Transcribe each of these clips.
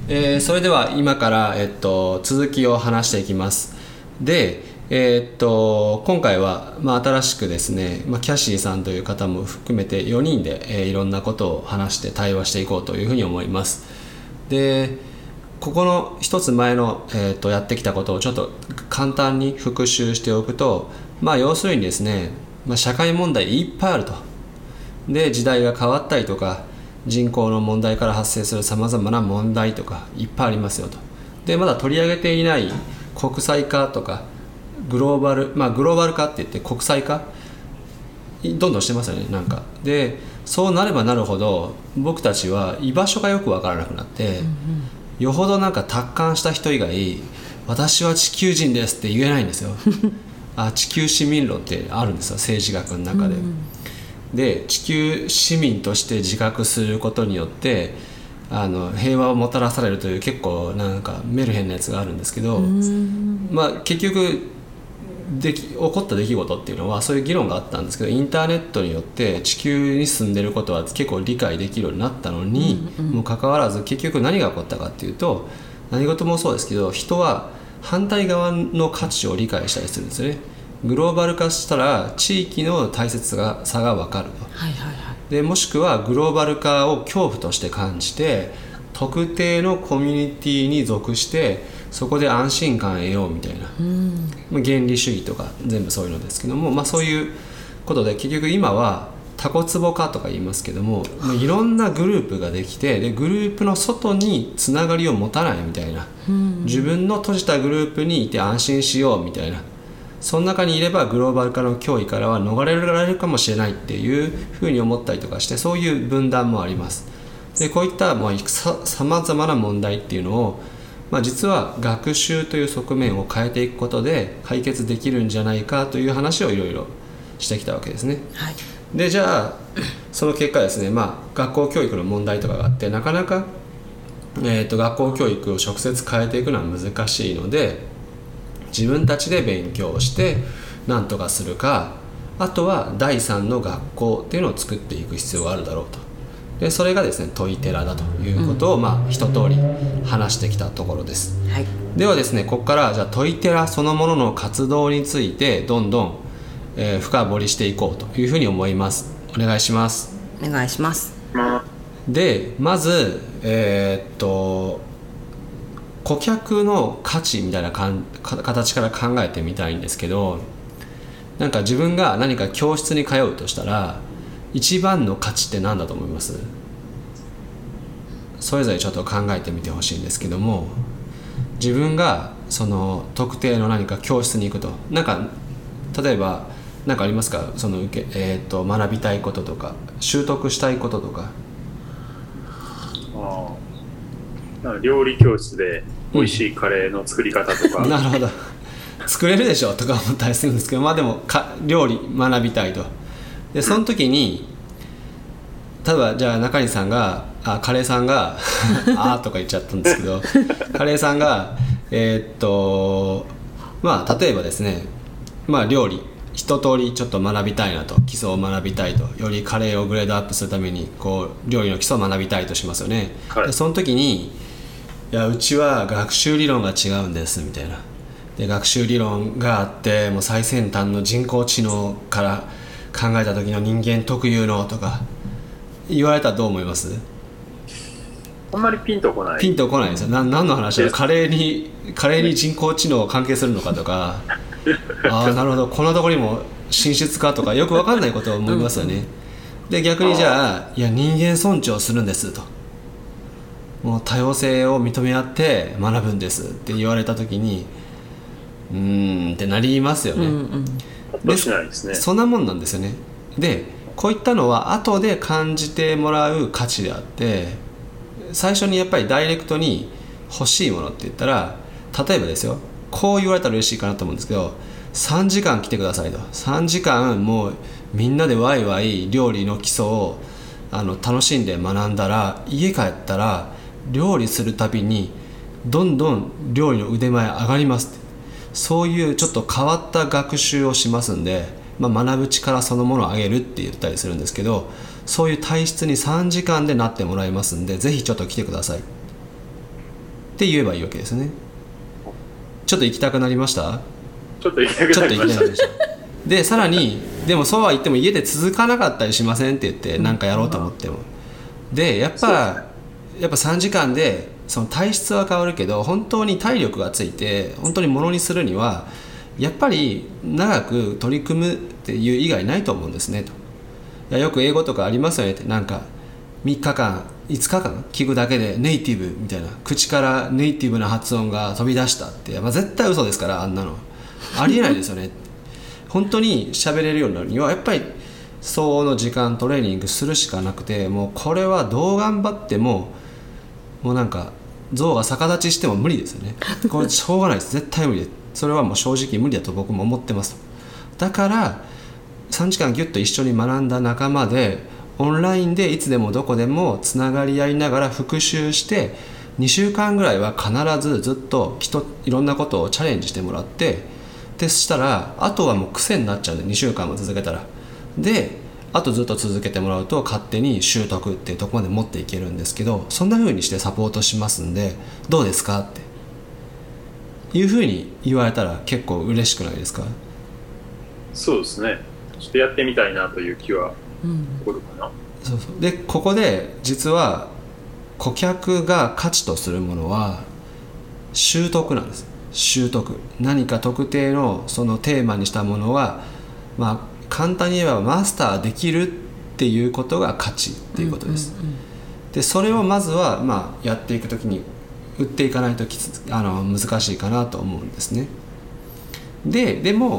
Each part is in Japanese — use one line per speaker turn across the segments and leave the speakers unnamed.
それでは今から、続きを話していきます。で、今回は、新しくですね、キャシーさんという方も含めて4人で、いろんなことを話して対話していこうというふうに思います。で、ここの一つ前の、やってきたことをちょっと簡単に復習しておくと、要するにですね、社会問題いっぱいあると。で、時代が変わったりとか、人口の問題から発生するさまざまな問題とかいっぱいありますよと。で、まだ取り上げていない国際化とかグローバル化って言って国際化どんどんしてますよね。なんかで、そうなればなるほど僕たちは居場所がよく分からなくなって、よほどなんか達観した人以外私は地球人ですって言えないんですよ地球市民論ってあるんですよ、政治学の中で。で、地球市民として自覚することによって平和をもたらされるという結構なんかメルヘンなやつがあるんですけど、結局起こった出来事っていうのはそういう議論があったんですけど、インターネットによって地球に住んでることは結構理解できるようになったのに、もかかわらず結局何が起こったかっていうと、何事もそうですけど人は反対側の価値を理解したりするんですよね。グローバル化したら地域の大切さが分かると、でもしくはグローバル化を恐怖として感じて特定のコミュニティに属してそこで安心感を得ようみたいな、原理主義とか全部そういうのですけども、そういうことで結局今はタコツボ化とか言いますけども、いろんなグループができて、でグループの外につながりを持たないみたいな、自分の閉じたグループにいて安心しようみたいな、その中にいればグローバル化の脅威からは逃れられるかもしれないっていうふうに思ったりとかして、そういう分断もあります。でこういったさまざまな問題っていうのを、実は学習という側面を変えていくことで解決できるんじゃないかという話をいろいろしてきたわけですね。でじゃあその結果ですね、学校教育の問題とかがあって、なかなか、学校教育を直接変えていくのは難しいので、自分たちで勉強して何とかするか、あとは第三の学校っていうのを作っていく必要があるだろうと。でそれがですねトイテラだということを、一通り話してきたところです。ではですね、ここからじゃあトイテラそのものの活動についてどんどん、深掘りしていこうというふうに思います。お願いします。
お願いします。
でまず顧客の価値みたいな形から考えてみたいんですけど、なんか自分が何か教室に通うとしたら一番の価値って何だと思います？それぞれちょっと考えてみてほしいんですけども、自分がその特定の何か教室に行くと、なんか例えば何かありますか？その学びたいこととか習得したいこととか。
料理教室で美味しいカレーの作り方とか、
なるほど、作れるでしょとか思ったりするんですけど、でも料理学びたいと。でその時に例えばじゃあ中西さんがカレーさんがあーとか言っちゃったんですけどカレーさんが例えばですね、料理一通りちょっと学びたいなと、基礎を学びたいと、よりカレーをグレードアップするためにこう料理の基礎を学びたいとしますよね。でその時にいやうちは学習理論が違うんですみたいな。で学習理論があって、もう最先端の人工知能から考えた時の人間特有のとか言われたらどう思います？
あんまりピンとこない
ですよ。何の話だ、カレーに人工知能が関係するのかとかなるほど、こんなところにも進出かとかよく分かんないことを思いますよね。で逆にじゃあいや人間尊重するんですと、もう多様性を認め合って学ぶんですって言われた時にってなりますよね。そんなもんなんですよね。でこういったのは後で感じてもらう価値であって、最初にやっぱりダイレクトに欲しいものって言ったら、例えばですよ、こう言われたら嬉しいかなと思うんですけど、3時間来てくださいと、3時間もうみんなでワイワイ料理の基礎を楽しんで学んだら、家帰ったら料理するたびにどんどん料理の腕前上がりますって、そういうちょっと変わった学習をしますんで、学ぶ力そのものを上げるって言ったりするんですけど、そういう体質に3時間でなってもらいますんで、ぜひちょっと来てください。 って言えばいいわけですね。ちょっと行きたくなりました？
ちょっと行きたくなりました。
でさらにでもそうは言っても家で続かなかったりしませんって言って何かやろうと思っても、でやっぱ3時間でその体質は変わるけど本当に体力がついて本当にものにするにはやっぱり長く取り組むっていう以外ないと思うんですねと。いやよく英語とかありますよねって、なんか3日間5日間聞くだけでネイティブみたいな、口からネイティブな発音が飛び出したって、絶対嘘ですから、あんなのありえないですよね本当に喋れるようになるにはやっぱり相応の時間トレーニングするしかなくて、もうこれはどう頑張ってももうなんか象が逆立ちしても無理ですよね。これしょうがないです、絶対無理です。それはもう正直無理だと僕も思ってます。だから3時間ギュッと一緒に学んだ仲間でオンラインでいつでもどこでもつながり合いながら復習して2週間ぐらいは必ずずっといろんなことをチャレンジしてもらって、でそしたらあとはもう癖になっちゃうんで2週間も続けたら、であとずっと続けてもらうと勝手に習得っていうところまで持っていけるんですけど、そんな風にしてサポートしますんでどうですかっていう風に言われたら結構嬉しくないですか？
そうですね、ちょっとやってみたいなという気は起こるかな。
そうそう。でここで実は顧客が価値とするものは習得なんです。習得、何か特定のそのテーマにしたものは簡単に言えばマスターできるっていうことが価値っていうことです。でそれをまずはやっていくときに売っていかないと難しいかなと思うんですね。でも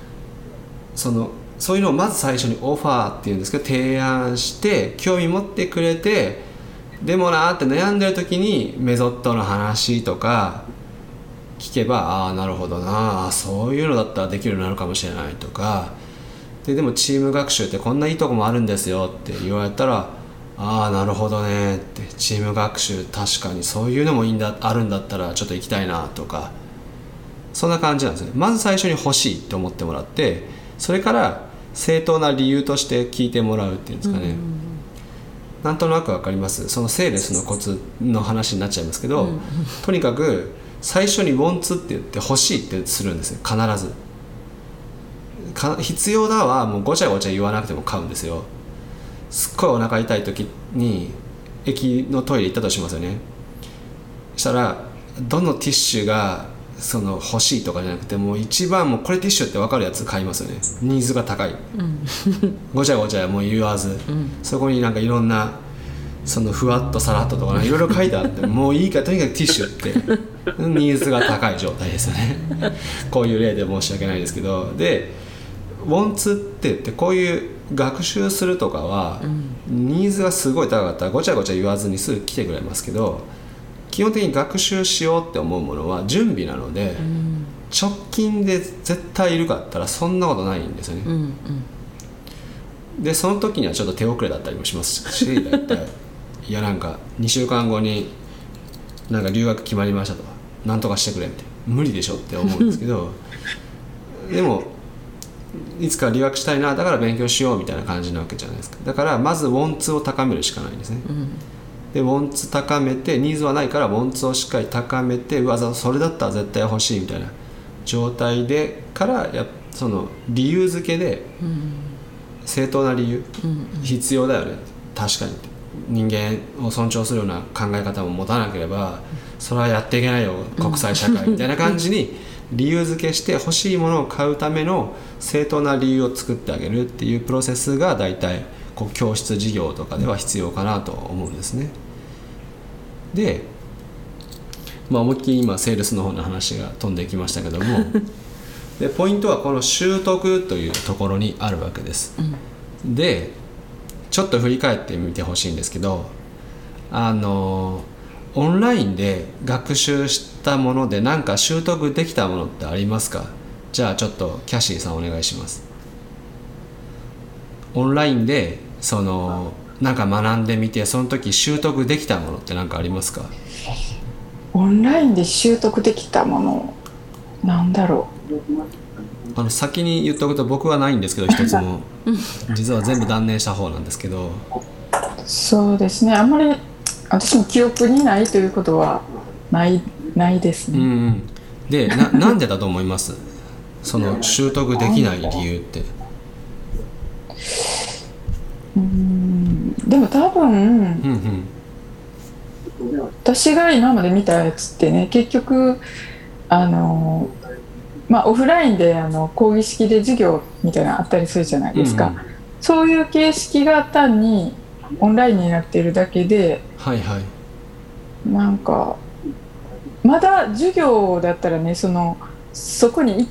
そういうのをまず最初にオファーっていうんですけど提案して興味持ってくれて、でもなーって悩んでる時にメソッドの話とか聞けば、ああなるほどな、そういうのだったらできるようになるかもしれないとか、でもチーム学習ってこんないいとこもあるんですよって言われたら、ああなるほどねって、チーム学習確かにそういうのもあるんだったらちょっと行きたいなとか、そんな感じなんですね。まず最初に欲しいと思ってもらって、それから正当な理由として聞いてもらうっていうんですかね、なんとなくわかります？そのセールスのコツの話になっちゃいますけど、とにかく最初に wants って言って欲しいってするんですよ。必ず必要だはもうごちゃごちゃ言わなくても買うんですよ。すっごいお腹痛い時に駅のトイレ行ったとしますよね。そしたらどのティッシュが欲しいとかじゃなくて、もう一番もうこれティッシュって分かるやつ買いますよね。ニーズが高い、ごちゃごちゃもう言わず、そこになんかいろんなふわっとさらっととかいろいろ書いてあってもういいからとにかくティッシュってニーズが高い状態ですよねこういう例で申し訳ないですけど、でウォンツって言ってこういう学習するとかは、ニーズがすごい高かったらごちゃごちゃ言わずにすぐ来てくれますけど、基本的に学習しようって思うものは準備なので、直近で絶対いるかったらそんなことないんですよね、でその時にはちょっと手遅れだったりもしますし、だいたいいやなんか2週間後になんか留学決まりましたとかなんとかしてくれみたいな、無理でしょって思うんですけどでもいつか留学したいな、だから勉強しようみたいな感じなわけじゃないですか。だからまずウォンツを高めるしかないんですね、でウォンツ高めて、ニーズはないからウォンツをしっかり高めて、それだったら絶対欲しいみたいな状態でからその理由付けで、正当な理由、必要だよね、確かに人間を尊重するような考え方も持たなければそれはやっていけないよ国際社会みたいな感じに理由付けして、欲しいものを買うための正当な理由を作ってあげるっていうプロセスがだいたい教室事業とかでは必要かなと思うんですね。で、思いっきり今セールスの方の話が飛んできましたけどもでポイントはこの習得というところにあるわけです、でちょっと振り返ってみてほしいんですけど、オンラインで学習したもので何か習得できたものってありますか？じゃあちょっとキャシーさんお願いします。オンラインでなんか学んでみてその時習得できたものって何かありますか？
オンラインで習得できたものなんだろ
う。先に言っておくと僕はないんですけど一つも実は全部断念した方なんですけど
そうですね、あんまり私も記憶にないということはないですね。
うんうん、でなんでだと思います？その習得できない理由って。
でも多分、
うんうん、
私が今まで見たやつってね、結局オフラインで講義式で授業みたいなのあったりするじゃないですか、
うんうん、
そういう形式が単にオンラインになっているだけで、
はいはい、
なんかまだ授業だったらね、そこに行って、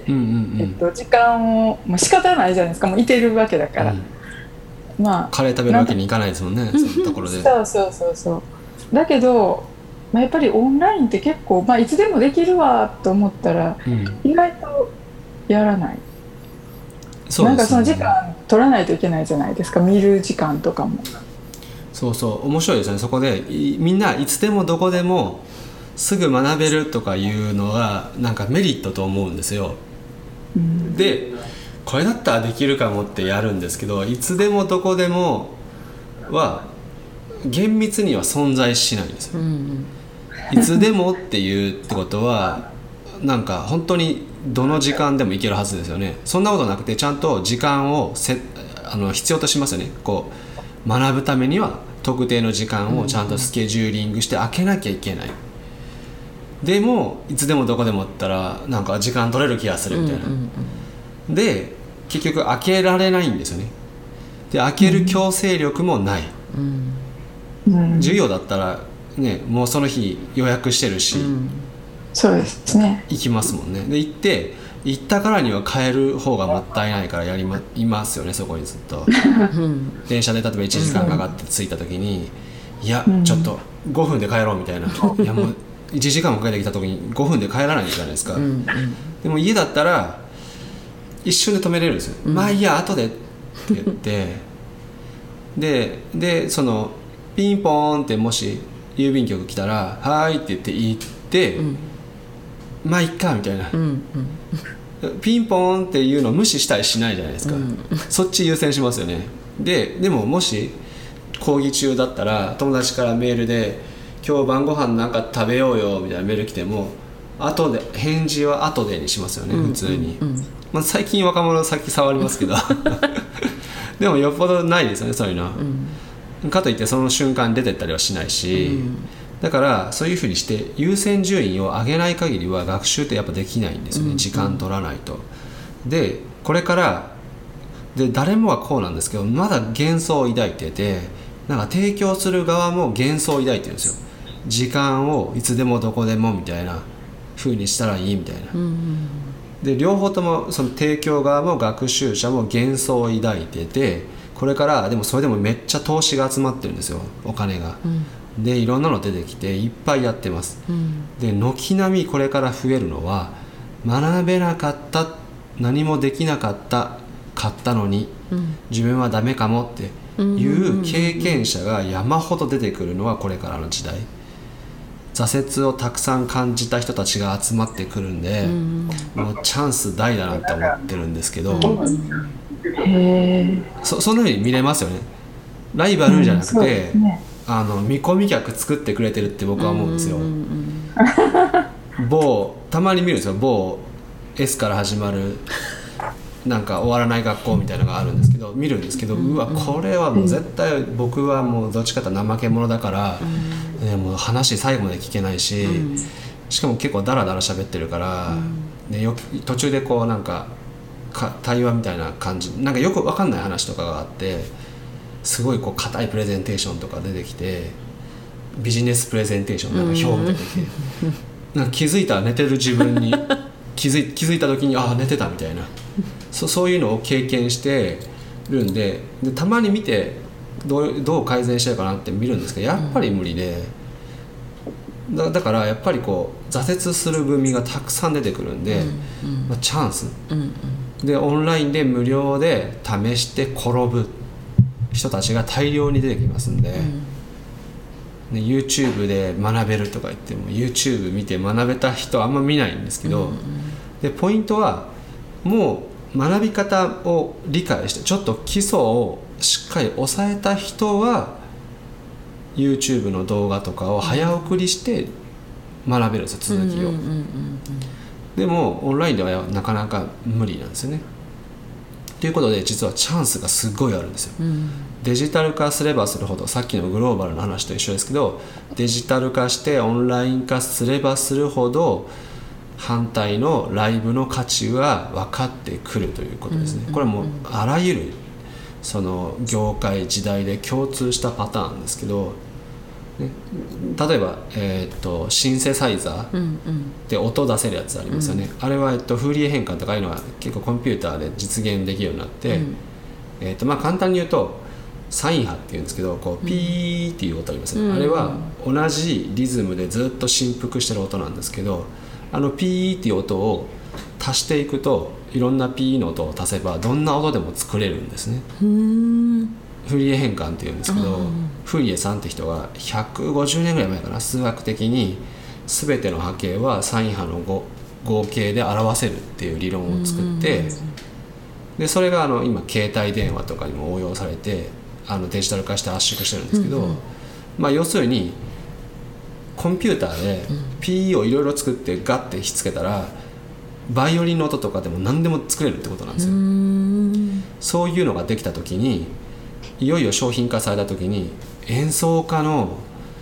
うんうん
時間を、仕方ないじゃないですか、もういてるわけだから、
カレー食べるわけにいかないですもんね、そのところで。
そうだけど、やっぱりオンラインって結構、いつでもできるわと思ったら、意外とやらない。
そうですね、
なんかその時間取らないといけないじゃないですか、見る時間とかも。
そうそう、面白いですね。そこでみんないつでもどこでもすぐ学べるとかいうのがなんかメリットと思うんですよ、でこれだったらできるかもってやるんですけど、いつでもどこでもは厳密には存在しないんですよ、いつでもっていうってことはなんか本当にどの時間でも行けるはずですよね。そんなことなくて、ちゃんと時間を必要としますよね。こう学ぶためには特定の時間をちゃんとスケジューリングして開けなきゃいけない、でもいつでもどこでもったらなんか時間取れる気がするみたいな、で結局開けられないんですよね。で開ける強制力もない、授業だったらね、もうその日予約してるし、
そうですね、
行きますもんね。で行ったからには帰る方がもったいないからいますよね、そこにずっと電車で例えば1時間かかって着いた時に、いやちょっと5分で帰ろうみたいな、いやもう1時間もかけてきた時に5分で帰らないじゃないですか、でも家だったら一瞬で止めれるんですよ、まあいいや後でって言ってでそのピンポーンってもし郵便局来たら「はーい」って言って行って、まあいっかみたいな、ピンポーンっていうのを無視したりしないじゃないですか、そっち優先しますよね。でももし講義中だったら友達からメールで「今日晩ご飯なんか食べようよ」みたいなメール来ても後で返事は後でにしますよね、普通に、最近若者先触りますけどでもよっぽどないですよね、そういうのは、かといってその瞬間出てったりはしないし、だからそういうふうにして優先順位を上げない限りは学習ってやっぱできないんですよね、時間取らないと。でこれから誰もがこうなんですけど、まだ幻想を抱いてて、なんか提供する側も幻想を抱いてるんですよ。時間をいつでもどこでもみたいな風にしたらいいみたいな、で両方ともその提供側も学習者も幻想を抱いてて、これからでもそれでもめっちゃ投資が集まってるんですよ、お金が、でいろんなの出てきていっぱいやってます、で軒並みこれから増えるのは、学べなかった、何もできなかった買ったのに、自分はダメかもっていう経験者が山ほど出てくるのはこれからの時代、挫折をたくさん感じた人たちが集まってくるんで、もうチャンス大だなって思ってるんですけど、そのように見れますよね。ライバルじゃなくて、見込み客作ってくれてるって僕は思うんですよ、たまに見るんですよ、某 S から始まるなんか終わらない学校みたいなのがあるんですけど、見るんですけど、うわこれはもう絶対僕はもうどっちかというと怠け者だから、もう話最後まで聞けないし、しかも結構ダラダラ喋ってるから、途中でこうなんか対話みたいな感じ、なんかよく分かんない話とかがあって、すごいこう硬いプレゼンテーションとか出てきて、ビジネスプレゼンテーションなんか表出てきて、なんか気づいたら寝てる自分に気づいた時に寝てたみたいな、そういうのを経験してるんで、たまに見てどう改善したいかなって見るんですけど、やっぱり無理で、だからやっぱりこう挫折する組がたくさん出てくるんで、チャンス、でオンラインで無料で試して転ぶ人たちが大量に出てきますんで、YouTube で学べるとか言っても YouTube 見て学べた人あんま見ないんですけど、でポイントはもう学び方を理解してちょっと基礎をしっかり押さえた人は YouTube の動画とかを早送りして学べるんですよ、続きを。でもオンラインではなかなか無理なんですよね。ということで実はチャンスがすごいあるんですよ、デジタル化すればするほど、さっきのグローバルの話と一緒ですけど、デジタル化してオンライン化すればするほど反対のライブの価値が分かってくるということですね。これはもうあらゆるその業界時代で共通したパターンですけど、ね、例えば、シンセサイザーで音出せるやつありますよね、あれは、フーリエ変換とかいうのは結構コンピューターで実現できるようになって、簡単に言うとサイン波っていうんですけど、こうピーっていう音ありますね、あれは同じリズムでずっと振幅してる音なんですけど、ピーっていう音を足していくと、いろんなピーの音を足せばどんな音でも作れるんですね。フーリエ変換っていうんですけど、フーリエさんって人が150年ぐらい前かな、数学的に全ての波形はサイン波の合計で表せるっていう理論を作って、でそれが今携帯電話とかにも応用されてデジタル化して圧縮してるんですけど、要するにコンピューターで P をいろいろ作ってガッてひっつけたらバイオリンの音とかでも何でも作れるってことなんですよ。そういうのができた時に、いよいよ商品化された時に演奏家の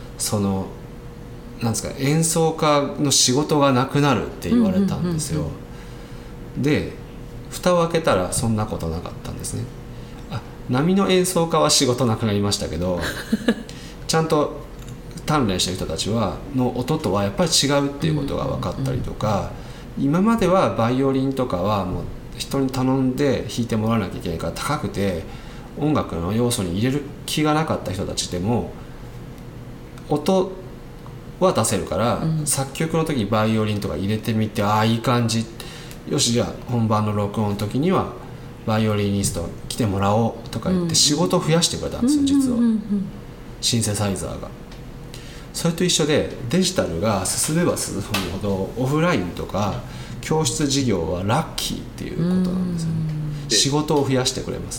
なんですか、演奏家の仕事がなくなるって言われたんですよ。で蓋を開けたらそんなことなかったんですね。波の演奏家は仕事なくなりましたけどちゃんと鍛錬してる人たちの音とはやっぱり違うっていうことが分かったりとか、今まではバイオリンとかはもう人に頼んで弾いてもらわなきゃいけないから高くて音楽の要素に入れる気がなかった人たちでも音は出せるから、作曲の時にバイオリンとか入れてみて、いい感じ、よしじゃあ本番の録音の時にはバイオリニスト来てもらおうとか言って仕事を増やしてくれたんですよ、実はシンセサイザーが。それと一緒でデジタルが進めば進むほどオフラインとか教室事業はラッキーっていうことなんですよね。仕事を増やしてくれます、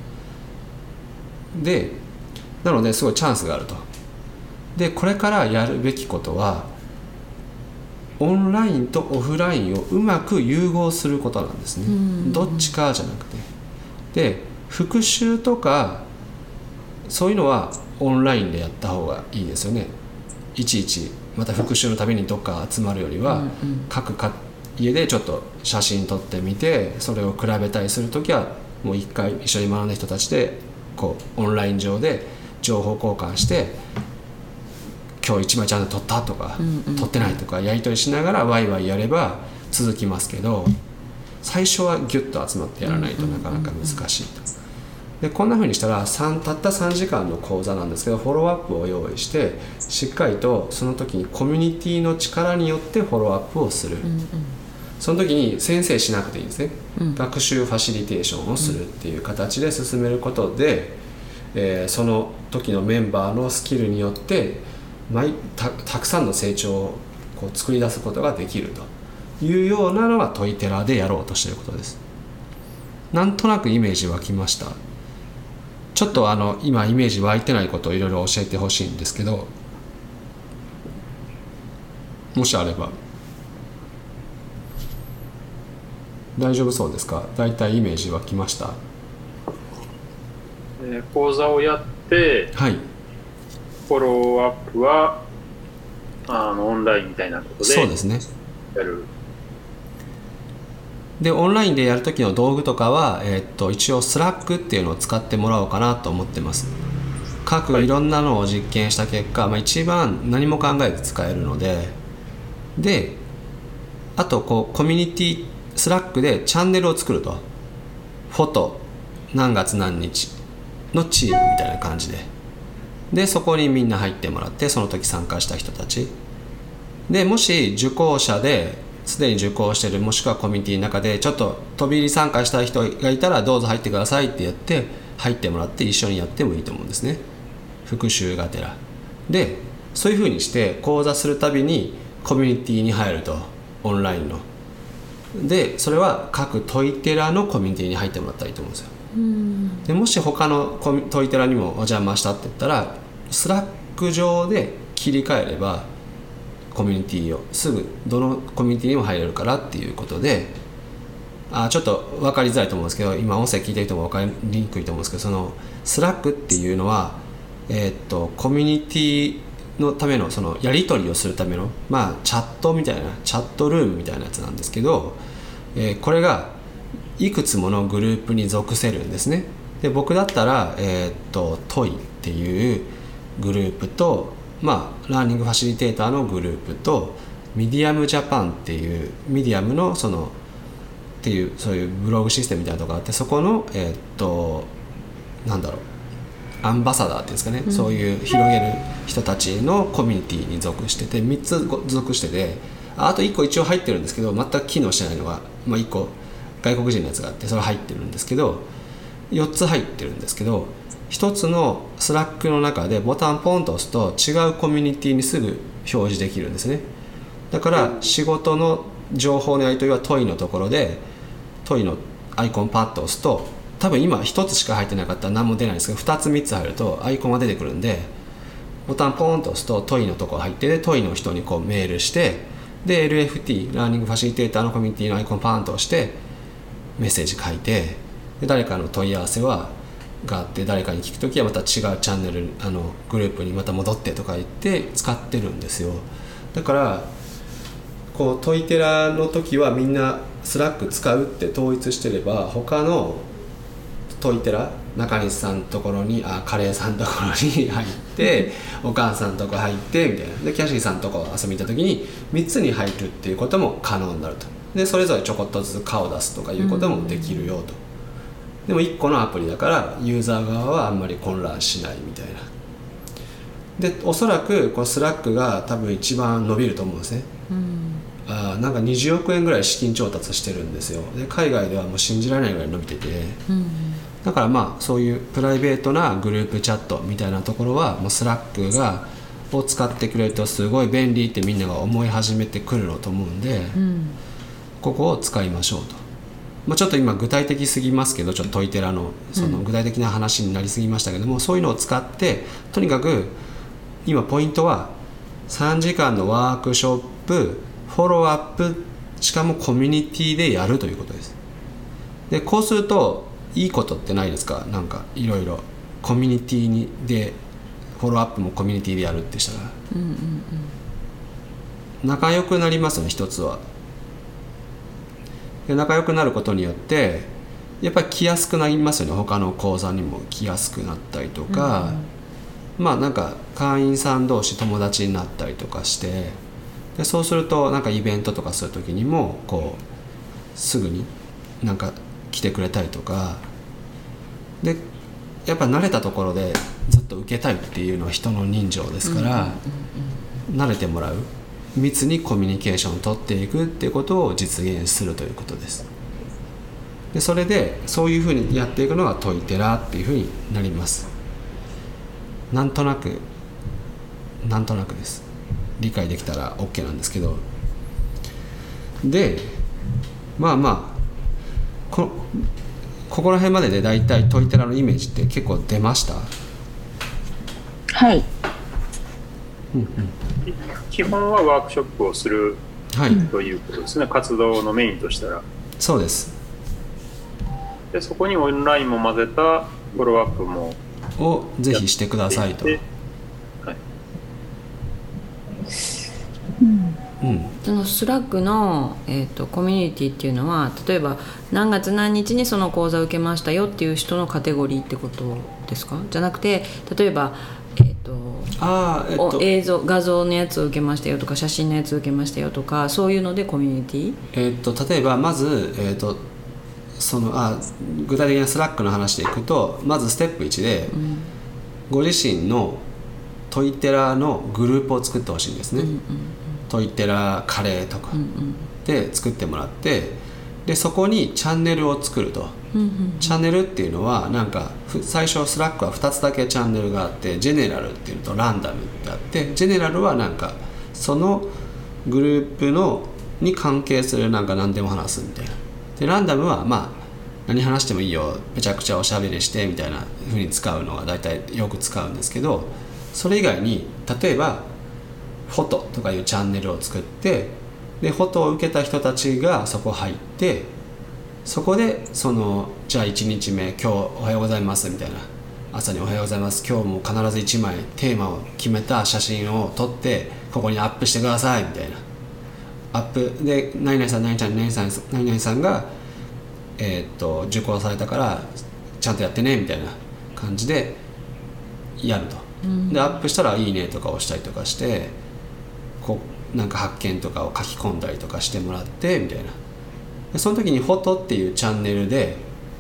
でなのですごいチャンスがあると。でこれからやるべきことはオンラインとオフラインをうまく融合することなんですね、どっちかじゃなくて。で復習とかそういうのはオンラインでやった方がいいですよね。いちいちまた復習のためにどっか集まるよりは、各家でちょっと写真撮ってみてそれを比べたりするときはもう一回一緒に学んだ人たちでこうオンライン上で情報交換して、今日一枚ちゃんと撮ったとか、撮ってないとかやり取りしながらワイワイやれば続きますけど、最初はギュッと集まってやらないとなかなか難しいと。でこんな風にしたらたった3時間の講座なんですけど、フォローアップを用意してしっかりとその時にコミュニティの力によってフォローアップをする、その時に先生しなくていいんですね、学習ファシリテーションをするっていう形で進めることで、その時のメンバーのスキルによってたくさんの成長をこう作り出すことができるというようなのがトイテラでやろうとしていることです。なんとなくイメージ湧きました？ちょっと今イメージ湧いてないことをいろいろ教えてほしいんですけど、もしあれば。大丈夫そうですか？だいたいイメージ湧きました？
講座をやって、
はい、
フォローアップはオンラインみたいなことで
そうですね
やる。
でオンラインでやるときの道具とかは、一応スラックっていうのを使ってもらおうかなと思ってます。各いろんなのを実験した結果、一番何も考えず使えるので、であとこうコミュニティスラックでチャンネルを作ると、フォト何月何日のチームみたいな感じでそこにみんな入ってもらって、その時参加した人たちで、もし受講者ですでに受講している、もしくはコミュニティの中でちょっと飛び入り参加したい人がいたらどうぞ入ってくださいってやって入ってもらって一緒にやってもいいと思うんですね、復習がてら。でそういう風にして講座するたびにコミュニティに入ると、オンラインのでそれは各トイテラのコミュニティに入ってもらったらいいと思うんですよ。でもし他のトイテラにもお邪魔したって言ったらスラック上で切り替えればコミュニティをすぐどのコミュニティにも入れるからっていうことで、ちょっと分かりづらいと思うんですけど、今音声聞いてる人も分かりにくいと思うんですけど、そのスラックっていうのは、コミュニティのためのそのやり取りをするための、チャットみたいなチャットルームみたいなやつなんですけど、これがいくつものグループに属せるんですね。で僕だったら、トイっていうグループと、ラーニングファシリテーターのグループとミディアムジャパンっていうミディアムのっていうそういうブログシステムみたいなとこがあって、そこのなんだろうアンバサダーっていうんですかね、そういう広げる人たちのコミュニティに属してて3つ属してて、あと1個一応入ってるんですけど全く機能してないのが、1個外国人のやつがあってそれ入ってるんですけど、4つ入ってるんですけど、1つのスラックの中でボタンポンと押すと違うコミュニティにすぐ表示できるんですね。だから仕事の情報のやり取りはトイのところでトイのアイコンパッと押すと、多分今1つしか入ってなかったら何も出ないんですけど、2つ3つ入るとアイコンが出てくるんで、ボタンポンと押すとトイのところ入って、でトイの人にこうメールして、で LFT ラーニングファシリテーターのコミュニティのアイコンパンと押してメッセージ書いて、で誰かの問い合わせがあって誰かに聞くときはまた違うチャンネルグループにまた戻ってとか言って使ってるんですよ。だからこうトイテラの時はみんなスラック使うって統一してれば、他のトイテラ中西さんのところにカレーさんのところに入ってお母さんのとこ入ってみたいなで、キャシーさんのとこ遊びに行った時に3つに入るっていうことも可能になると。でそれぞれちょこっとずつ顔を出すとかいうこともできるよと。でも1個のアプリだからユーザー側はあんまり混乱しないみたいな。でおそらくこのスラックが多分一番伸びると思うんですね。なんか20億円ぐらい資金調達してるんですよ。で海外ではもう信じられないぐらい伸びてて、だからそういうプライベートなグループチャットみたいなところはもうスラックを使ってくれるとすごい便利ってみんなが思い始めてくるのと思うんで、ここを使いましょうと。ちょっと今具体的すぎますけど、ちょっとトイテラのその具体的な話になりすぎましたけども、そういうのを使ってとにかく今ポイントは3時間のワークショップフォローアップ、しかもコミュニティでやるということです。でこうするといいことってないですか？なんかいろいろコミュニティでフォローアップもコミュニティでやるってしたら、仲良くなりますよね。一つはで仲良くなることによってやっぱり来やすくなりますよね。他の講座にも来やすくなったりとか、なんか会員さん同士友達になったりとかして、でそうするとなんかイベントとかする時にもこうすぐになんか来てくれたりとかで、やっぱ慣れたところでずっと受けたいっていうのは人の人情ですから、慣れてもらう、密にコミュニケーションを取っていくっていうことを実現するということです。でそれでそういうふうにやっていくのがトイテラっていうふうになります。なんとなくです。理解できたら OK なんですけど、でここら辺まででだいたいトイテラのイメージって結構出ました？
はい、
基本はワークショップをする、ということですね。活動のメインとしたら
そうです。
でそこにオンラインも混ぜたフォローアップも
をぜひしてくださいと。
そのスラックの、コミュニティっていうのは、例えば何月何日にその講座を受けましたよっていう人のカテゴリーってことですか？じゃなくて、例えば、画像のやつを受けましたよとか写真のやつを受けましたよとか、そういうのでコミュニティ？
例えばまず、具体的なスラックの話でいくと、まずステップ1で、ご自身のトイテラのグループを作ってほしいんですね。トイテラカレーとかで作ってもらって、でそこにチャンネルを作ると。チャンネルっていうのはなんか最初スラックは2つだけチャンネルがあって、ジェネラルっていうのとランダムってあって、ジェネラルはなんかそのグループに関係するなんか何でも話すみたいな。でランダムは何話してもいいよ、めちゃくちゃおしゃべりしてみたいな風に使うのが大体よく使うんですけど、それ以外に例えばフォトとかいうチャンネルを作って、でフォトを受けた人たちがそこ入って、そこでじゃあ1日目今日おはようございますみたいな、朝におはようございます、今日も必ず1枚テーマを決めた写真を撮ってここにアップしてくださいみたいな、アップで何々さん何々さんが受講されたからちゃんとやってねみたいな感じでやると、でアップしたらいいねとか押したりとかして、なんか発見とかを書き込んだりとかしてもらってみたいな、でその時にフォトっていうチャンネルで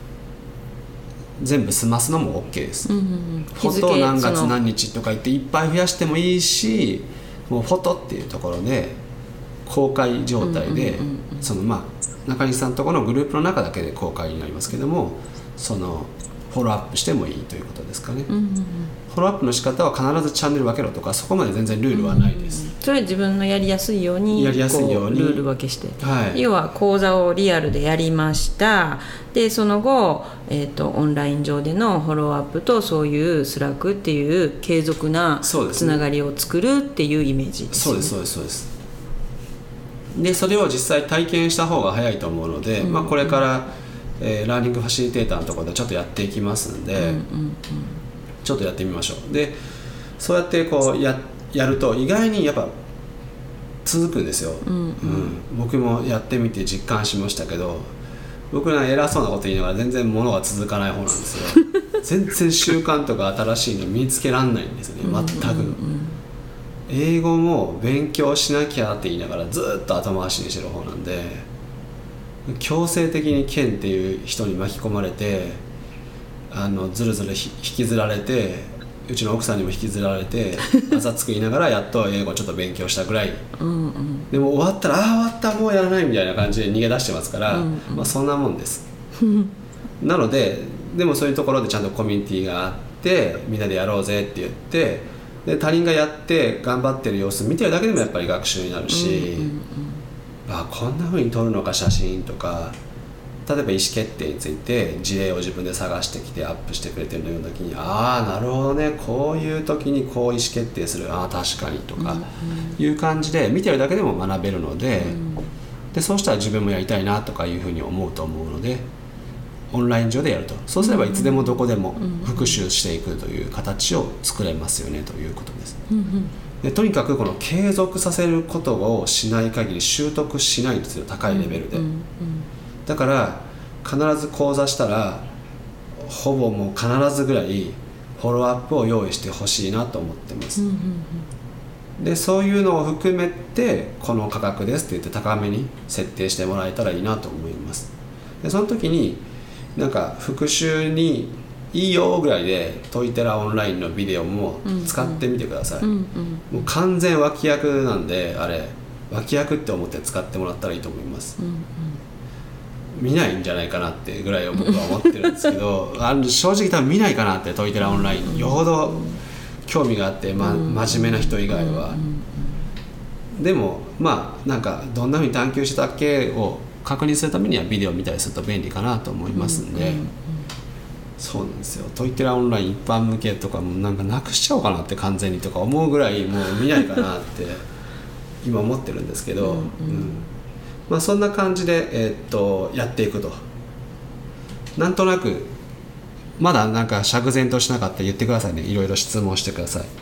全部済ますのも OK です、フォト何月何日とか言っていっぱい増やしてもいいし、もうフォトっていうところで公開状態で、中西さんのところのグループの中だけで公開になりますけども、フォローアップしてもいいということですかね、フォローアップの仕方は必ずチャンネル分けろとかそこまで全然ルールはないです、
それは自分のやりやすいようにルール分けして、要は講座をリアルでやりました、でその後、オンライン上でのフォローアップとそういうスラックっていう継続なつながりを作るっていうイメージですね。
そうですでそれを実際体験した方が早いと思うので、これから、ラーニングファシリテーターのところでちょっとやっていきますんで、ちょっとやってみましょう。でそうやってやると意外にやっぱ続くんですよ、僕もやってみて実感しましたけど、僕ら偉そうなこと言いながら全然物が続かない方なんですよ全然習慣とか新しいの身につけらんないんですよね、全く、英語も勉強しなきゃって言いながらずっと後回しにしてる方なんで、強制的にケンっていう人に巻き込まれてずるずる引きずられて、うちの奥さんにも引きずられてあざつく言いながらやっと英語ちょっと勉強したぐらいでも終わったら終わったもうやらないみたいな感じで逃げ出してますから、そんなもんですなのででもそういうところでちゃんとコミュニティがあってみんなでやろうぜって言って、で他人がやって頑張ってる様子見てるだけでもやっぱり学習になるし、こんな風に撮るのか写真とか、例えば意思決定について事例を自分で探してきてアップしてくれてるような時に、なるほどね、こういう時にこう意思決定する、確かにとかいう感じで見てるだけでも学べるので、そうしたら自分もやりたいなとかいうふうに思うと思うので、オンライン上でやると、そうすればいつでもどこでも復習していくという形を作れますよねということです、でとにかくこの継続させることをしない限り習得しないんですよ、高いレベルで、だから必ず講座したらほぼもう必ずぐらいフォローアップを用意してほしいなと思ってます、でそういうのを含めてこの価格ですって言って高めに設定してもらえたらいいなと思います。でその時になんか復習にいいよぐらいでトイテラオンラインのビデオも使ってみてください、もう完全脇役なんで、あれ脇役って思って使ってもらったらいいと思います、見ないんじゃないかなってぐらい僕は思ってるんですけど正直多分見ないかなって、トイテラオンラインよほど興味があって、真面目な人以外は、でもなんかどんなふうに探求したっけを確認するためにはビデオを見たりすると便利かなと思いますんで、そうなんですよ、トイテラオンライン一般向けとかもなんかなくしちゃおうかなって完全にとか思うぐらいもう見ないかなって今思ってるんですけど、そんな感じで、やっていくと、なんとなくまだなんか釈然としなかったら言ってくださいね、いろいろ質問してください。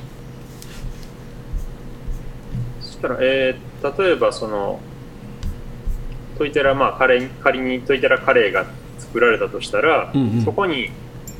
そしたら、例えばそのトイテラ、仮にトイテラカレーが作られたとしたら、そこに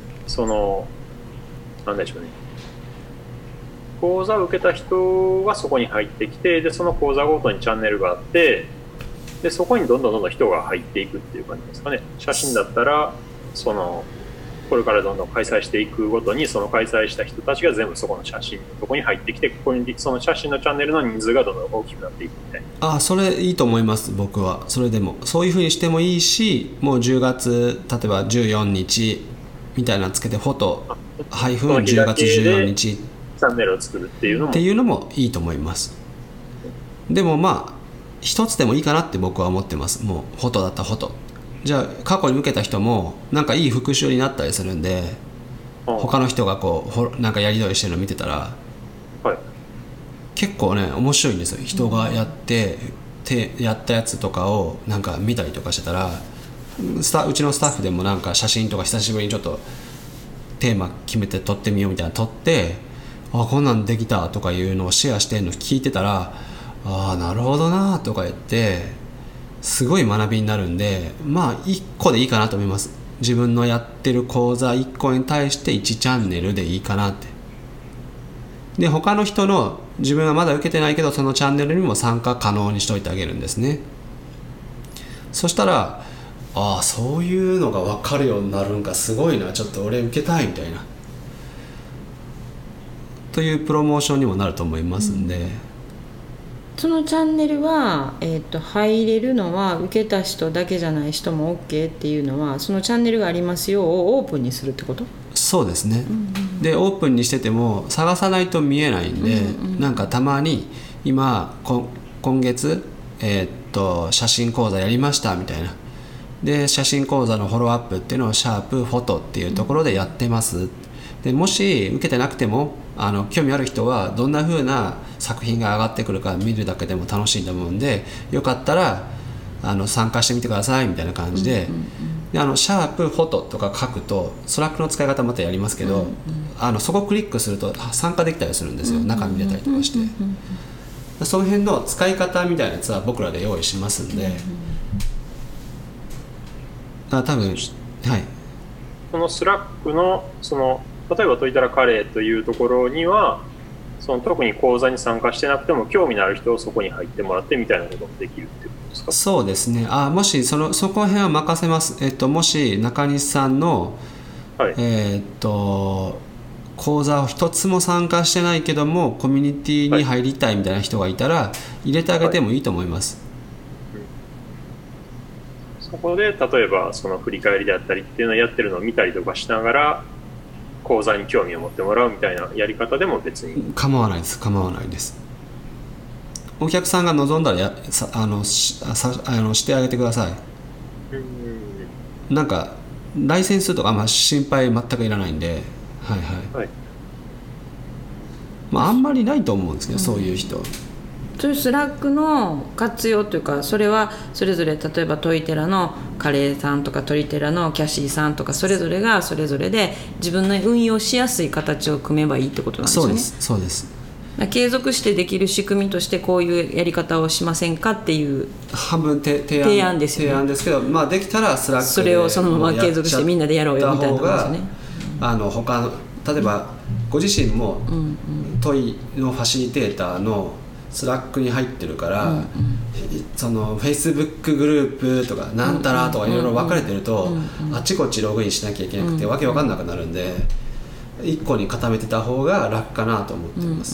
なんでしょうね、講座を受けた人がそこに入ってきて、でその講座ごとにチャンネルがあって、でそこにどんどん人が入っていくっていう感じですかね。写真だったらこれからどんどん開催していくごとに、その開催した人たちが全部そこの写真のとこに入ってきて、ここにその写真のチャンネルの人数がどんどん大きくなっていくみたいな。
それいいと思います。僕はそれでもそういう風にしてもいいし、もう10月例えば14日みたいなのつけてフォト-10月14日
チャンネルを作るっていうの
もいいと思います。でも一つでもいいかなって僕は思ってます。もうフォトだったらフォト、じゃあ過去に受けた人もなんかいい復習になったりするんで、他の人がなんかやり取りしてるの見てたら、 結構ね面白いんですよ。人がやったやつとかをなんか見たりとかしてたら、うちのスタッフでもなんか写真とか久しぶりにちょっとテーマ決めて撮ってみようみたいな撮って、こんなんできたとかいうのをシェアしてんの聞いてたら、なるほどなとか言ってすごい学びになるんで、まあ1個でいいかなと思います。自分のやってる講座1個に対して1チャンネルでいいかなって。で他の人の自分はまだ受けてないけどそのチャンネルにも参加可能にしといてあげるんですね。そしたらそういうのが分かるようになるんか、すごいな、ちょっと俺受けたいみたいなというプロモーションにもなると思いますんで、
そのチャンネルは、入れるのは受けた人だけじゃない人も OK っていうのは、そのチャンネルがありますよをオープンにするってこと？
そうですね、でオープンにしてても探さないと見えないんで、なんかたまに今月、写真講座やりましたみたいな、で写真講座のフォローアップっていうのをシャープフォトっていうところでやってます。でもし受けてなくても興味ある人はどんな風な作品が上がってくるか見るだけでも楽しいと思うんで、よかったら参加してみてくださいみたいな感じで、でシャープフォトとか書くとスラックの使い方またやりますけど、そこをクリックすると参加できたりするんですよ。中見れたりとかして、その辺の使い方みたいなやつは僕らで用意しますんで、多分はい。
そのスラックの例えばといたらカレーというところには特に講座に参加してなくても興味のある人をそこに入ってもらってみたいなこともできるっていうことですか？
そうですね。もしそこら辺は任せます。もし中西さんの、はい、講座を一つも参加してないけどもコミュニティに入りたいみたいな人がいたら入れてあげてもいいと思います。
そこで例えばその振り返りであったりっていうのをやってるのを見たりとかしながら講座に興味を持ってもらうみたいなやり方でも別に
構わないです。お客さんが望んだらしてあげてください。なんかライセンスとか心配全くいらないんで、はい、あんまりないと思うんですけど、そういう人。
そういうスラックの活用というか、それはそれぞれ例えばトイテラのカレーさんとかトリテラのキャシーさんとかそれぞれがそれぞれで自分の運用しやすい形を組めばいいってことなんですよね。
そうです。
継続してできる仕組みとしてこういうやり方をしませんかっていう
半分提案ですよね。提案ですけど、できたらスラックで
それをそのまま継続してみんなでやろうよみたいなことですね。
他の例えばご自身もトイのファシリテーターのスラックに入ってるから、その Facebook グループとかなんたらとかいろいろ分かれてると、あちこちログインしなきゃいけなくてわけ分かんなくなるんで、1個に固めてた方が楽かなと思ってます、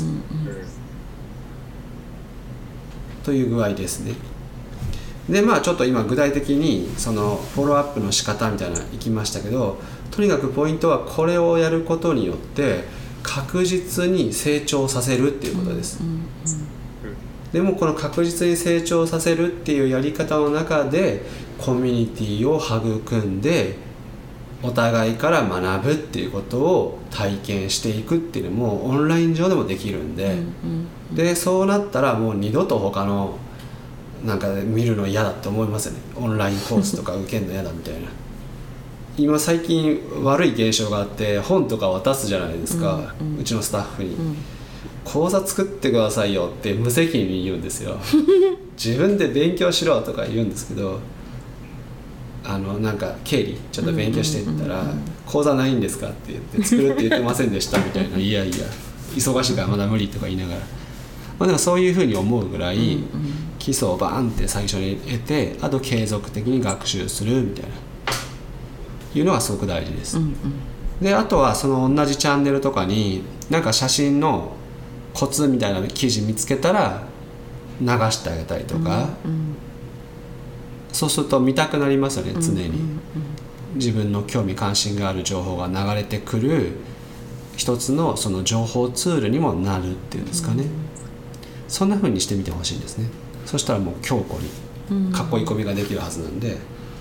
という具合ですね。でちょっと今具体的にそのフォローアップの仕方みたいなのいきましたけど、とにかくポイントはこれをやることによって確実に成長させるっていうことです、でもこの確実に成長させるっていうやり方の中でコミュニティを育んでお互いから学ぶっていうことを体験していくっていうのもオンライン上でもできるんで、でそうなったらもう二度と他のなんか見るの嫌だって思いますよね。オンラインコースとか受けるの嫌だみたいな今最近悪い現象があって本とか渡すじゃないですか、うちのスタッフに、講座作ってくださいよって無責任に言うんですよ自分で勉強しろとか言うんですけど、なんか経理ちょっと勉強していったら、講座ないんですかって言って作るって言ってませんでしたみたいな、いや忙しいからまだ無理とか言いながら、でもそういうふうに思うぐらい基礎をバーンって最初に得て、あと継続的に学習するみたいないうのがすごく大事です、であとはその同じチャンネルとかになんか写真のコツみたいな記事見つけたら流してあげたりとか、そうすると見たくなりますよね。常に自分の興味関心がある情報が流れてくる一つのその情報ツールにもなるっていうんですかね、そんな風にしてみてほしいですね。そしたらもう強固に囲い込みができるはずなんで、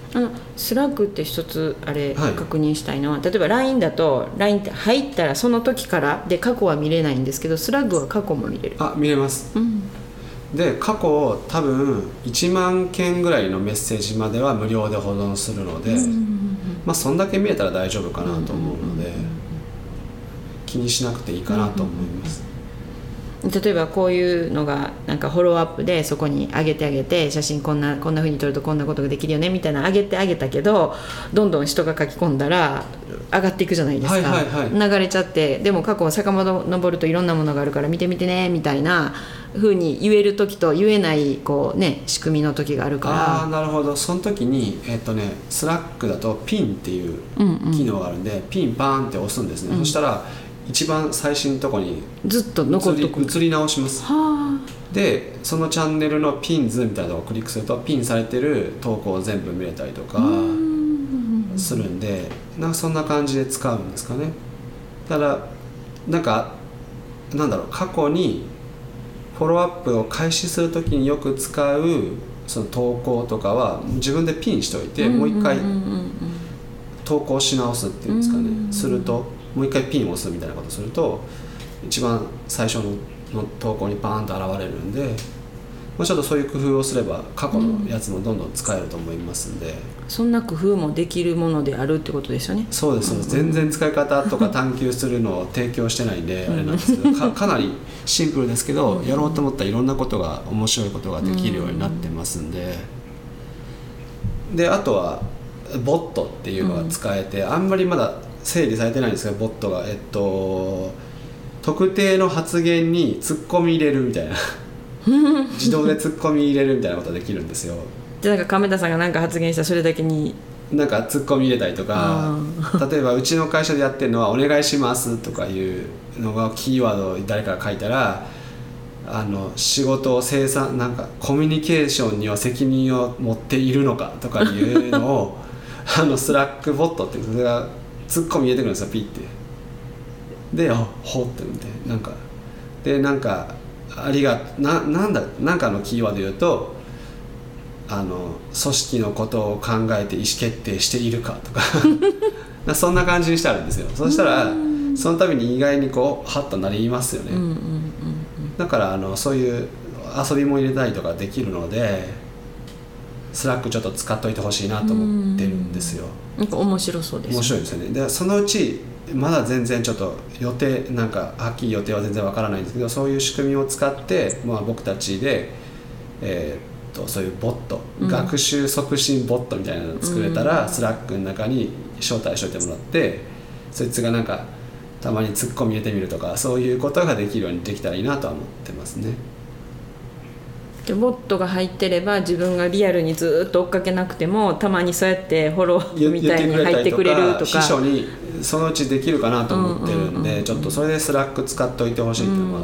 スラックって一つあれ、
はい、
確認したいのは、例えば LINE だと LINE って入ったらその時からで過去は見れないんですけど、スラッグは過去も見れる。
見れます、で過去多分1万件ぐらいのメッセージまでは無料で保存するので、そんだけ見えたら大丈夫かなと思うので、気にしなくていいかなと思います。
例えばこういうのがなんかフォローアップでそこに上げて写真こんな風に撮るとこんなことができるよねみたいな上げたけど、どんどん人が書き込んだら上がっていくじゃないですか、流れちゃって。でも過去を遡るといろんなものがあるから見てみてねみたいな風に言える時と言えない仕組みの時があるから。
なるほど。その時にスラックだとピンっていう機能があるんで、ピンバーンって押すんですね、そしたら一番最新のとこに
ずっと残ってくる、
移り直します。でそのチャンネルのピンズみたいなとこをクリックするとピンされてる投稿を全部見れたりとかするんで、そんな感じで使うんですかね。ただ過去にフォローアップを開始するときによく使うその投稿とかは自分でピンしておいて、もう一回投稿し直すっていうんですかね、するともう一回ピンを押すみたいなことすると一番最初の投稿にパーンと現れるんで、ちょっとそういう工夫をすれば過去のやつもどんどん使えると思いますんで、
そんな工夫もできるものであるってことですよね。
そうです、全然使い方とか探求するのを提供してないんであれなんですけど、かなりシンプルですけど、やろうと思ったらいろんなことが面白いことができるようになってますんで、であとはボットっていうのが使えて、あんまりまだ整理されてないんですけど、ボットが特定の発言にツッコミ入れるみたいな自動でツッコミ入れるみたいなことができるんですよ。
じゃあ亀田さんが何か発言したらそれだけに
ツッコミ入れたりとか、例えばうちの会社でやってるのはお願いしますとかいうのがキーワードを誰かが書いたら、仕事をコミュニケーションには責任を持っているのかとかいうのをスラックボットってそれがツッコミ入れてくるんですよ、ピッて。でほってみてなんかなんかのキーワード言うと組織のことを考えて意思決定しているかとかそんな感じにしてあるんですよ。そしたらその度に意外にハッとなりますよね。だからそういう遊びも入れたりとかできるので、スラックちょっと使っといてほしいなと思ってるんですよ。
なんか面白そうですね。
面白いですよね。でそのうちまだ全然ちょっと予定はっきり予定は全然わからないんですけど、そういう仕組みを使って、僕たちでそういうボット、学習促進ボットみたいなのを作れたら、スラックの中に招待しといてもらって、そいつがたまにツッコミ入れてみるとか、そういうことができるようにできたらいいなとは思ってますね。
でボットが入ってれば自分がリアルにずっと追っかけなくても、たまにそうやってフォローみたいに入ってくれるとか、
秘書にそのうちできるかなと思ってるんで、ちょっとそれでスラック使っといてほしいっていうのがあって、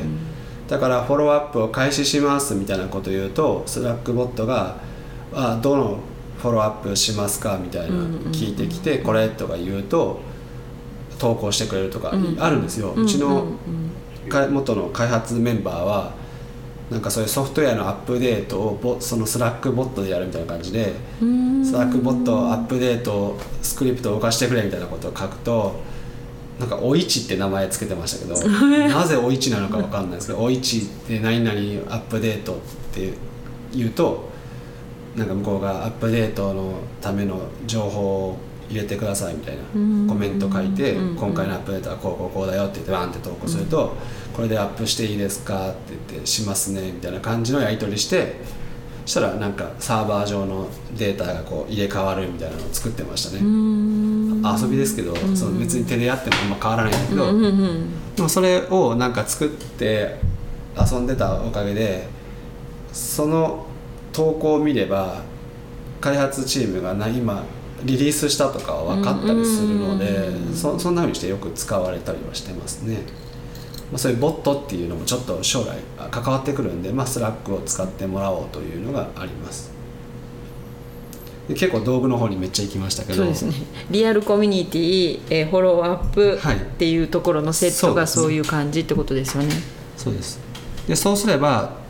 だからフォローアップを開始しますみたいなことを言うと、スラックボットがどのフォローアップしますかみたいな聞いてきて、これとか言うと投稿してくれるとかあるんですよ。うちの元の開発メンバーはそういうソフトウェアのアップデートをそのスラックボットでやるみたいな感じで、スラックボットアップデートスクリプトを動かしてくれみたいなことを書くと、おいちって名前つけてましたけどなぜおいちなのか分かんないですけどおいちって何々アップデートって言うと、向こうがアップデートのための情報を入れてくださいみたいなコメント書いて、今回のアップデートはこうだよって言ってバンって投稿すると、これでアップしていいですかって言ってしますねみたいな感じのやり取りして、そしたらサーバー上のデータが入れ替わるみたいなのを作ってましたね。遊びですけど、別に手でやってもあんま変わらないんだけど、でもそれを作って遊んでたおかげで、その投稿を見れば開発チームが今リリースしたとかは分かったりするので、そんな風にしてよく使われたりはしてますね。そういうボットっていうのもちょっと将来関わってくるんで、スラックを使ってもらおうというのがあります。で結構道具の方にめっちゃ行きましたけど、
そうですね、リアルコミュニティ、フォローアップっていうところのセットがそういう感じってことですよね。
そうです。でそうすれば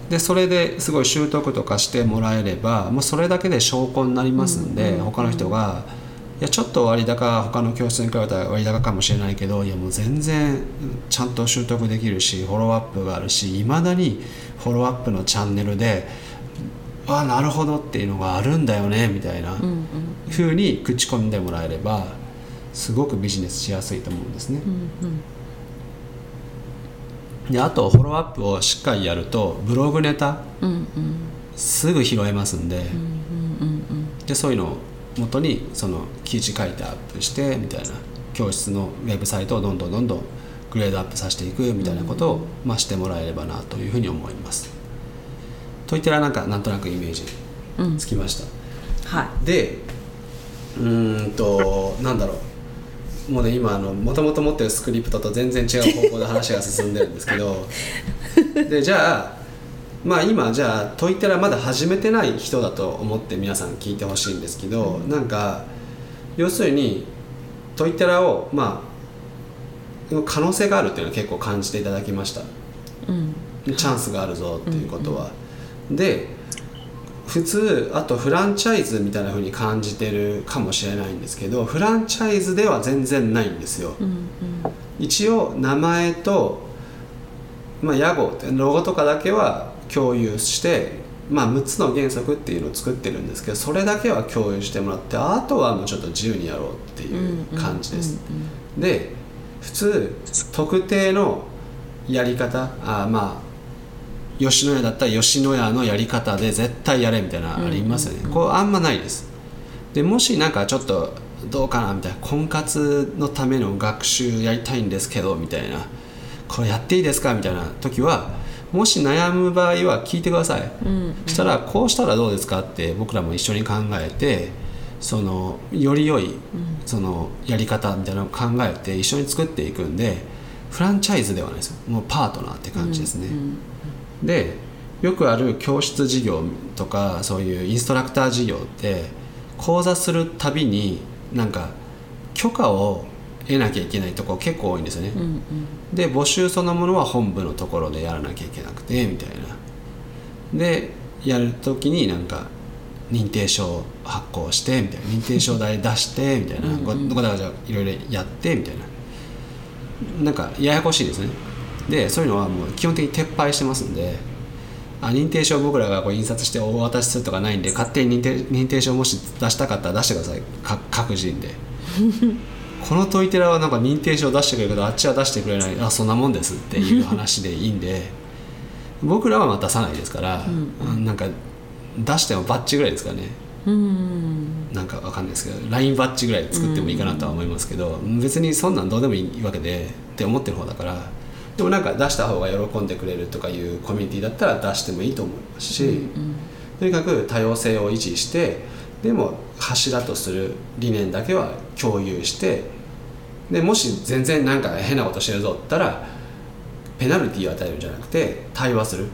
でそれですごい習得とかしてもらえればもうそれだけで証拠になりますんで、他の人がいやちょっと割高他の教室に比べたら割高かもしれないけどいやもう全然ちゃんと習得できるしフォローアップがあるしいまだにフォローアップのチャンネルであなるほどっていうのがあるんだよねみたいな風に口コミでもらえればすごくビジネスしやすいと思うんですね。であとフォローアップをしっかりやるとブログネタ、すぐ拾えますんで、でそういうのを元にその記事書いてアップしてみたいな教室のウェブサイトをどんどんグレードアップさせていくみたいなことを、してもらえればなというふうに思います。といったらなんとなくイメージつきました、でなんだろうもうね今もともと持ってるスクリプトと全然違う方向で話が進んでるんですけどでじゃあ今じゃあトイテラまだ始めてない人だと思って皆さん聞いてほしいんですけど、なんか要するにトイテラを可能性があるっていうのは結構感じていただきました、チャンスがあるぞっていうことは、で普通あとフランチャイズみたいな風に感じてるかもしれないんですけどフランチャイズでは全然ないんですよ、一応名前と、屋号ってロゴとかだけは共有して、6つの原則っていうのを作ってるんですけどそれだけは共有してもらってあとはもうちょっと自由にやろうっていう感じです、で普通特定のやり方吉野家だったら吉野家のやり方で絶対やれみたいなありますよね、これあんまないです。でもしなんかちょっとどうかなみたいな婚活のための学習やりたいんですけどみたいなこれやっていいですかみたいな時はもし悩む場合は聞いてください、したらこうしたらどうですかって僕らも一緒に考えてそのより良いそのやり方みたいなのを考えて一緒に作っていくんでフランチャイズではないですよもうパートナーって感じですね、でよくある教室事業とかそういうインストラクター事業って講座するたびになんか許可を得なきゃいけないところ結構多いんですよね、で募集そのものは本部のところでやらなきゃいけなくてみたいなでやるときになんか認定証発行してみたいな認定証代出してみたいなごだごだいろいろやってみたいななんかややこしいですね。でそういうのはもう基本的に撤廃してますんで認定証僕らがこう印刷してお渡しするとかないんで勝手に認定証もし出したかったら出してください各人でこのトイテラはなんか認定証出してくれるけどあっちは出してくれないそんなもんですっていう話でいいんで僕らは出さないですから、なんか出してもバッジぐらいですかね、なんかわかんないですけど LINE バッジぐらい作ってもいいかなとは思いますけど、別にそんなんどうでもいいわけでって思ってる方だからでもなんか出した方が喜んでくれるとかいうコミュニティだったら出してもいいと思いますし、とにかく多様性を維持してでも柱とする理念だけは共有してでもし全然なんか変なことしてるぞって言ったらペナルティーを与えるんじゃなくて対話する、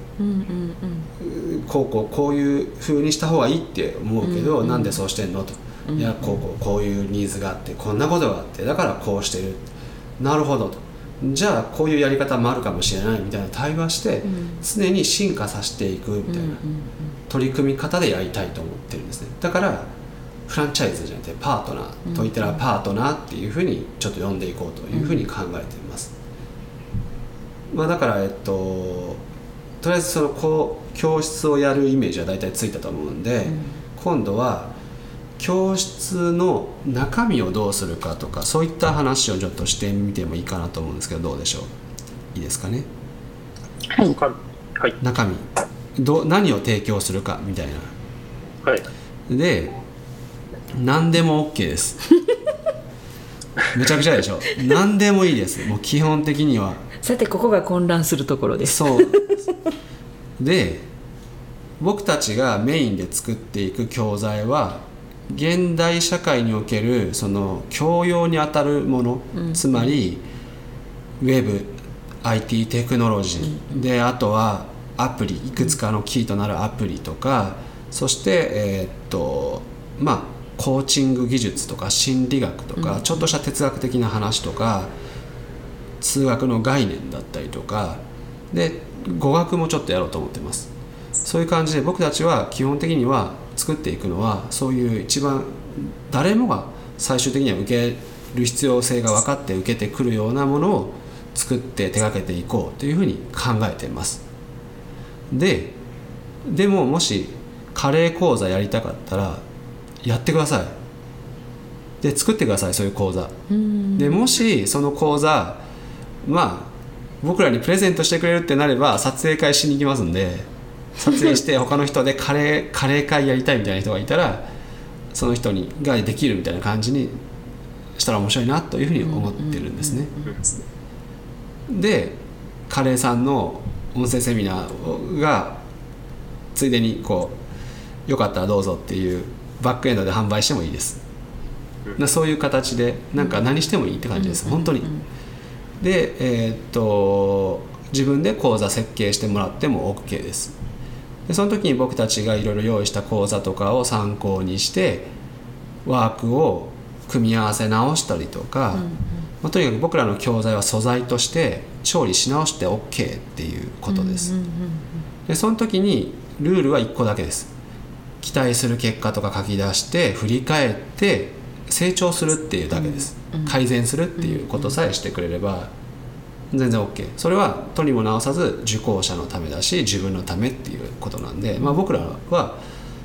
こういう風にした方がいいって思うけど、なんでそうしてんのと、いやこういうニーズがあってこんなことがあってだからこうしてるなるほどとじゃあこういうやり方もあるかもしれないみたいな対話して常に進化させていくみたいな取り組み方でやりたいと思ってるんですね。だからフランチャイズじゃなくてパートナートイテラパートナーっていうふうにちょっと呼んでいこうというふうに考えています。だからとりあえずその教室をやるイメージは大体ついたと思うんで、今度は教室の中身をどうするかとかそういった話をちょっとしてみてもいいかなと思うんですけどどうでしょう。いいですかね。
はい、
中身何を提供するかみたいな、で何でも OK ですめちゃくちゃでしょ。何でもいいですもう基本的には。
さてここが混乱するところです。
そうで僕たちがメインで作っていく教材は現代社会におけるその教養にあたるもの、つまりウェブ IT テクノロジーであとはアプリいくつかのキーとなるアプリとかそしてコーチング技術とか心理学とか、ちょっとした哲学的な話とか数学の概念だったりとかで語学もちょっとやろうと思ってます。 そういう感じで僕たちは基本的には作っていくのはそういう一番誰もが最終的には受ける必要性が分かって受けてくるようなものを作って手がけていこうというふうに考えています。でももしカレー講座やりたかったらやってください。で作ってください、そういう講座。でもしその講座僕らにプレゼントしてくれるってなれば撮影会しに行きますんで、撮影して他の人でカレー会やりたいみたいな人がいたらその人ができるみたいな感じにしたら面白いなというふうに思ってるんですね。でカレーさんの音声セミナーがついでによかったらどうぞっていうバックエンドで販売してもいいです。そういう形で何してもいいって感じです、本当に。で、自分で講座設計してもらっても OK です。でその時に僕たちがいろいろ用意した講座とかを参考にしてワークを組み合わせ直したりとか、とにかく僕らの教材は素材として調理し直して OK っていうことです。でその時にルールは1個だけです。期待する結果とか書き出して振り返って成長するっていうだけです。改善するっていうことさえしてくれれば全然 OK。 それはとにも直さず受講者のためだし自分のためっていうことなんで、僕らは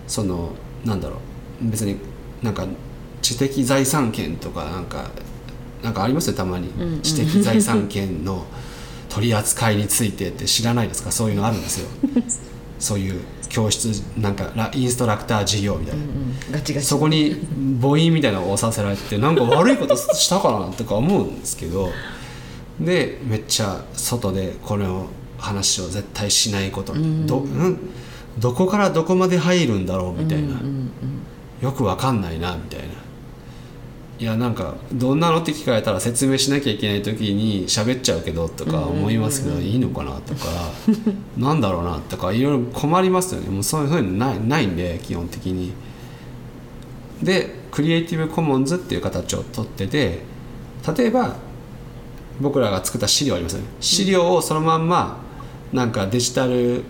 別に知的財産権とかなんかありますよ、たまに。知的財産権の取り扱いについてって知らないですか？そういうのあるんですよそういう教室インストラクター事業みたいな、
ガチガチ
そこに母音みたいなのを押させられて悪いことしたかなとか思うんですけど、でめっちゃ外でこの話を絶対しないことに、どこからどこまで入るんだろうみたいな、よくわかんないなみたいな。いやどんなのって聞かれたら説明しなきゃいけない時に喋っちゃうけどとか思いますけど、いいのかなとかなんだろうなとかいろいろ困りますよね。もうそういうのないんで基本的に。でクリエイティブコモンズっていう形をとってて、例えば僕らが作った資料ありますよね。資料をそのまんまデジタル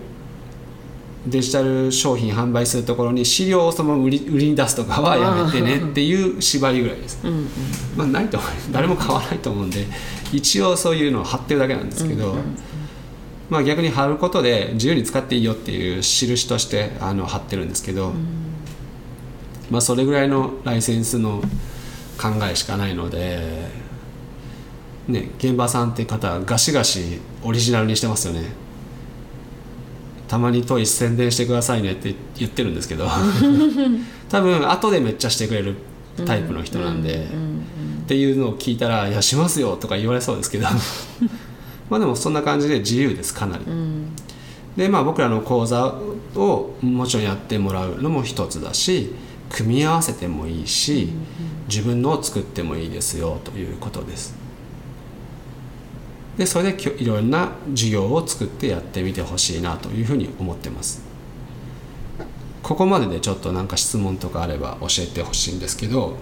商品販売するところに資料をそのまま売りに出すとかはやめてねっていう縛りぐらいです。ないと思う、誰も買わないと思うんで一応そういうのを貼ってるだけなんですけど、逆に貼ることで自由に使っていいよっていう印として貼ってるんですけど、それぐらいのライセンスの考えしかないのでね。現場さんって方ガシガシオリジナルにしてますよね。たまにトイ宣伝してくださいねって言ってるんですけど多分後でめっちゃしてくれるタイプの人なんで、っていうのを聞いたらいやしますよとか言われそうですけどでもそんな感じで自由です、かなり。で僕らの講座をもちろんやってもらうのも一つだし、組み合わせてもいいし、自分のを作ってもいいですよということです。でそれでいろんな授業を作ってやってみてほしいなというふうに思ってます。ここまででちょっと質問とかあれば教えてほしいんですけど。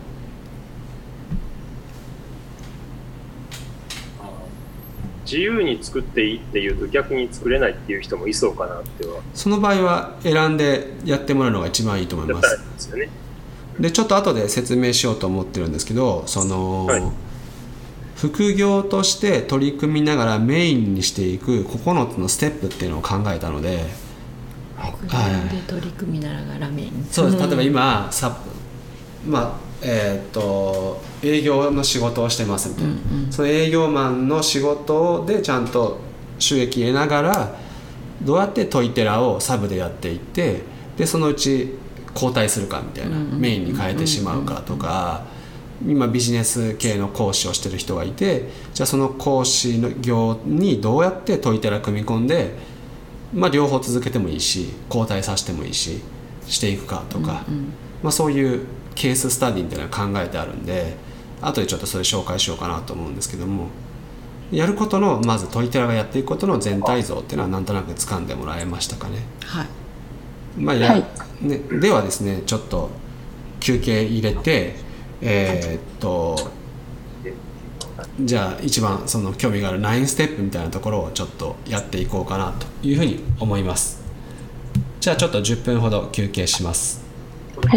自由に作っていいっていうと逆に作れないっていう人もいそうかなっては。
その場合は選んでやってもらうのが一番いいと思います。
ですよね。
でちょっと後で説明しようと思ってるんですけど、副業として取り組みながらメインにしていく9つのステップっていうのを考えたので、
副業で取り組みながらメイン、
そうです。例えば今営業の仕事をしてますみたいな、その営業マンの仕事でちゃんと収益得ながらどうやってトイテラをサブでやっていって、でそのうち交代するかみたいな、メインに変えてしまうかとか、今ビジネス系の講師をしてる人がいて、じゃあその講師の業にどうやってトイテラ組み込んで、両方続けてもいいし交代させてもいいししていくかとか、そういうケーススタディみたいなの考えてあるんで、後でちょっとそれ紹介しようかなと思うんですけども、やることのまずトイテラがやっていくことの全体像っていうのはなんとなく掴んでもらえましたかね。
はい、
ね、ではですねちょっと休憩入れてじゃあ一番その興味がある9ステップみたいなところをちょっとやっていこうかなというふうに思います。 じゃあちょっと10分ほど休憩します。